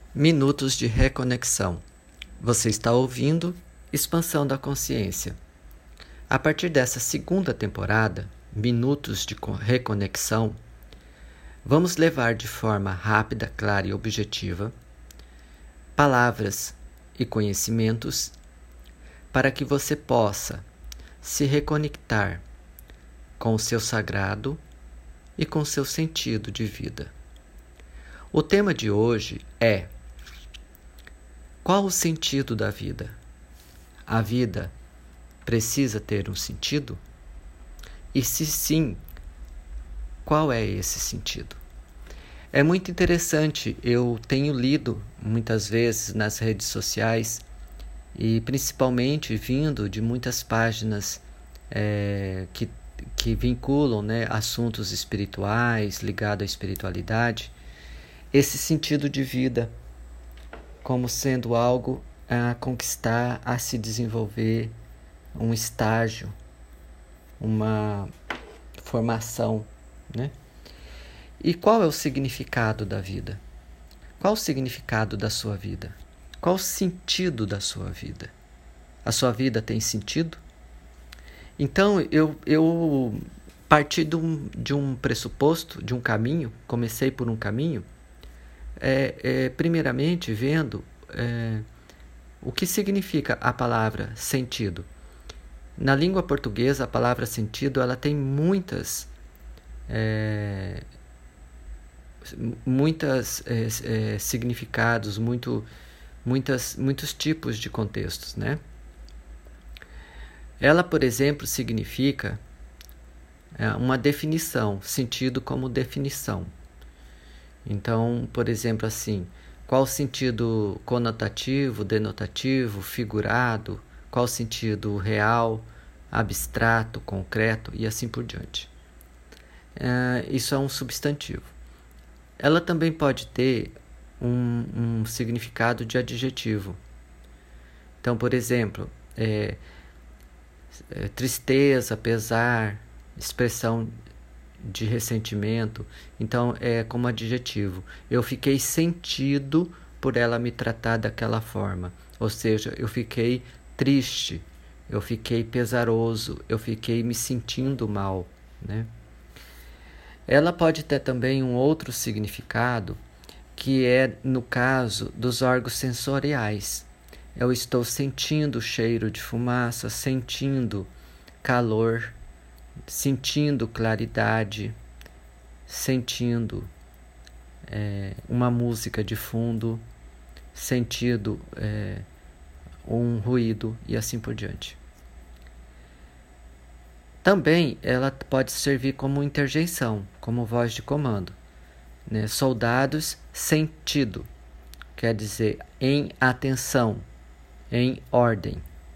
Minutos de reconexão. Você está ouvindo Expansão da Consciência. A partir dessa segunda temporada, Minutos de Reconexão, vamos levar de forma rápida, clara e objetiva palavras e conhecimentos para que você possa se reconectar com o seu sagrado e com o seu sentido de vida. O tema de hoje é: qual o sentido da vida? A vida precisa ter um sentido? E se sim, qual é esse sentido? É muito interessante, eu tenho lido muitas vezes nas redes sociais e principalmente vindo de muitas páginas que vinculam, assuntos espirituais, ligados à espiritualidade, esse sentido de vida como sendo algo a conquistar, a se desenvolver, um estágio, uma formação, né? E qual é o significado da vida? Qual o significado da sua vida? Qual o sentido da sua vida? A sua vida tem sentido? Então, eu parti de um pressuposto, de um caminho, comecei por um caminho, primeiramente vendo o que significa a palavra sentido. Na língua portuguesa, a palavra sentido ela tem muitos significados, muitos tipos de contextos, né? Ela, por exemplo, significa uma definição, sentido como definição. Então, por exemplo, assim, qual o sentido conotativo, denotativo, figurado, qual o sentido real, abstrato, concreto e assim por diante. Isso é um substantivo. Ela também pode ter um significado de adjetivo. Então, por exemplo, tristeza, pesar, expressão de ressentimento, então é como adjetivo. Eu fiquei sentido por ela me tratar daquela forma, ou seja, eu fiquei triste, eu fiquei pesaroso, eu fiquei me sentindo mal, né? Ela pode ter também um outro significado, que é no caso dos órgãos sensoriais. Eu estou sentindo o cheiro de fumaça, sentindo calor, sentindo claridade, sentindo uma música de fundo, sentindo um ruído e assim por diante. Também ela pode servir como interjeição, como voz de comando, né? Soldados, sentido, quer dizer em atenção, em ordem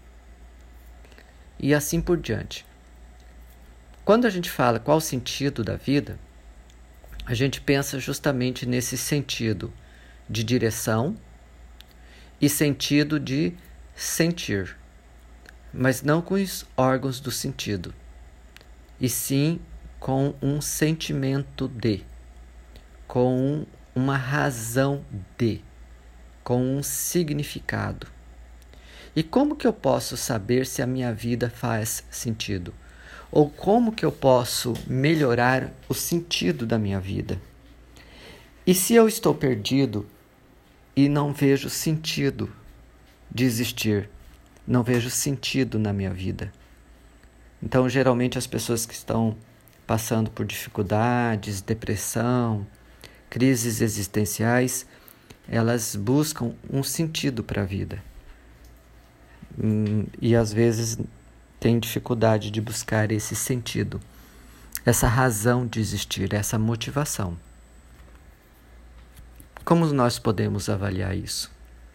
e assim por diante. Quando a gente fala qual o sentido da vida, a gente pensa justamente nesse sentido de direção e sentido de sentir, mas não com os órgãos do sentido, e sim com um sentimento de, com uma razão de, com um significado. E como que eu posso saber se a minha vida faz sentido? Ou como que eu posso melhorar o sentido da minha vida? E se eu estou perdido e não vejo sentido de existir, não vejo sentido na minha vida? Então, geralmente, as pessoas que estão passando por dificuldades, depressão, crises existenciais, elas buscam um sentido para a vida. E às vezes tem dificuldade de buscar esse sentido, essa razão de existir, essa motivação. Como nós podemos avaliar isso?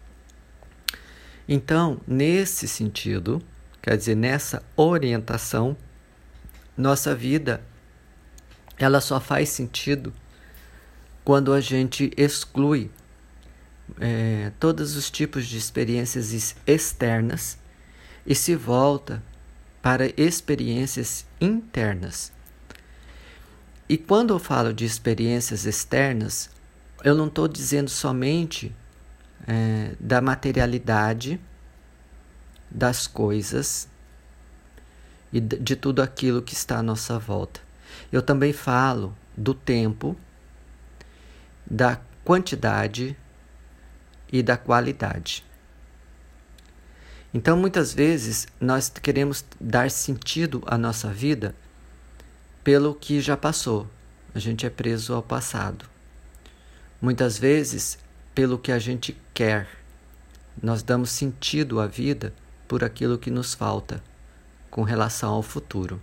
Então, nesse sentido, quer dizer, nessa orientação, nossa vida ela só faz sentido quando a gente exclui todos os tipos de experiências externas e se volta para experiências internas. E quando eu falo de experiências externas, eu não estou dizendo somente da materialidade, das coisas e de tudo aquilo que está à nossa volta. Eu também falo do tempo, da quantidade e da qualidade. Então, muitas vezes, nós queremos dar sentido à nossa vida pelo que já passou. A gente é preso ao passado. Muitas vezes, pelo que a gente quer. Nós damos sentido à vida por aquilo que nos falta com relação ao futuro.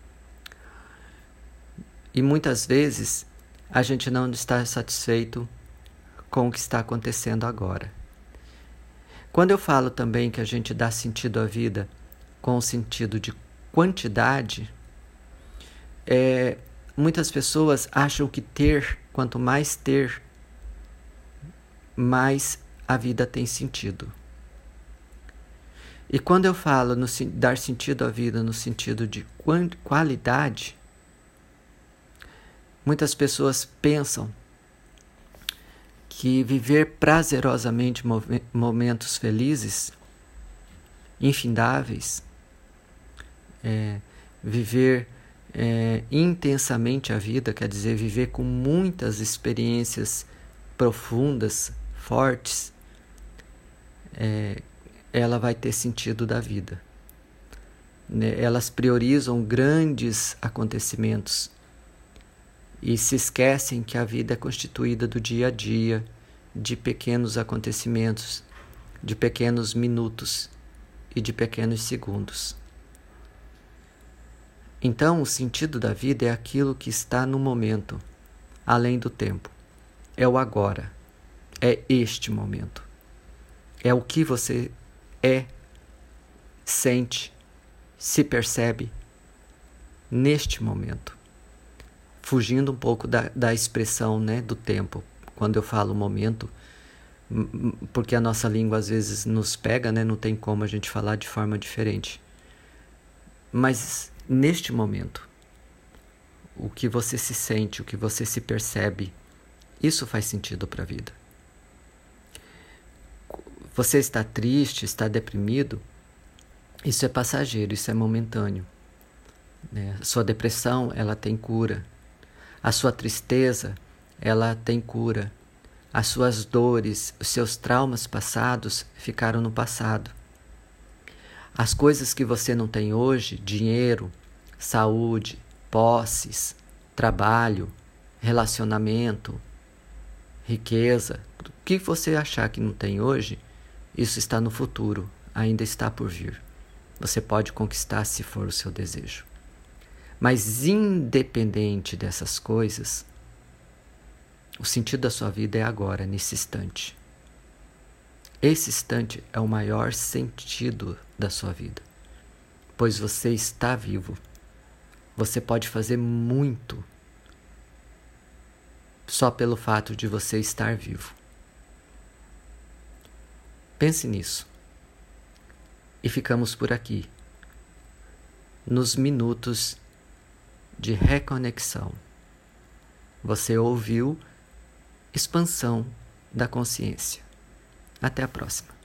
E muitas vezes, a gente não está satisfeito com o que está acontecendo agora. Quando eu falo também que a gente dá sentido à vida com o sentido de quantidade, muitas pessoas acham que quanto mais ter, mais a vida tem sentido. E quando eu falo dar sentido à vida no sentido de qualidade, muitas pessoas pensam que viver prazerosamente momentos felizes, infindáveis, viver intensamente a vida, quer dizer, viver com muitas experiências profundas, fortes, ela vai ter sentido da vida. Elas priorizam grandes acontecimentos e se esquecem que a vida é constituída do dia a dia, de pequenos acontecimentos, de pequenos minutos e de pequenos segundos. Então, o sentido da vida é aquilo que está no momento, além do tempo. É o agora, é este momento. É o que você sente, se percebe neste momento. Fugindo um pouco da expressão, né, do tempo. Quando eu falo momento, porque a nossa língua às vezes nos pega, né, não tem como a gente falar de forma diferente. Mas neste momento, o que você se sente, o que você se percebe, isso faz sentido para a vida. Você está triste, está deprimido, isso é passageiro, isso é momentâneo. A sua depressão, ela tem cura. A sua tristeza, ela tem cura. As suas dores, os seus traumas passados ficaram no passado. As coisas que você não tem hoje, dinheiro, saúde, posses, trabalho, relacionamento, riqueza, o que você achar que não tem hoje, isso está no futuro, ainda está por vir. Você pode conquistar se for o seu desejo. Mas independente dessas coisas, o sentido da sua vida é agora, nesse instante. Esse instante é o maior sentido da sua vida, pois você está vivo. Você pode fazer muito só pelo fato de você estar vivo. Pense nisso. E ficamos por aqui, nos minutos de reconexão. Você ouviu Expansão da Consciência. Até a próxima.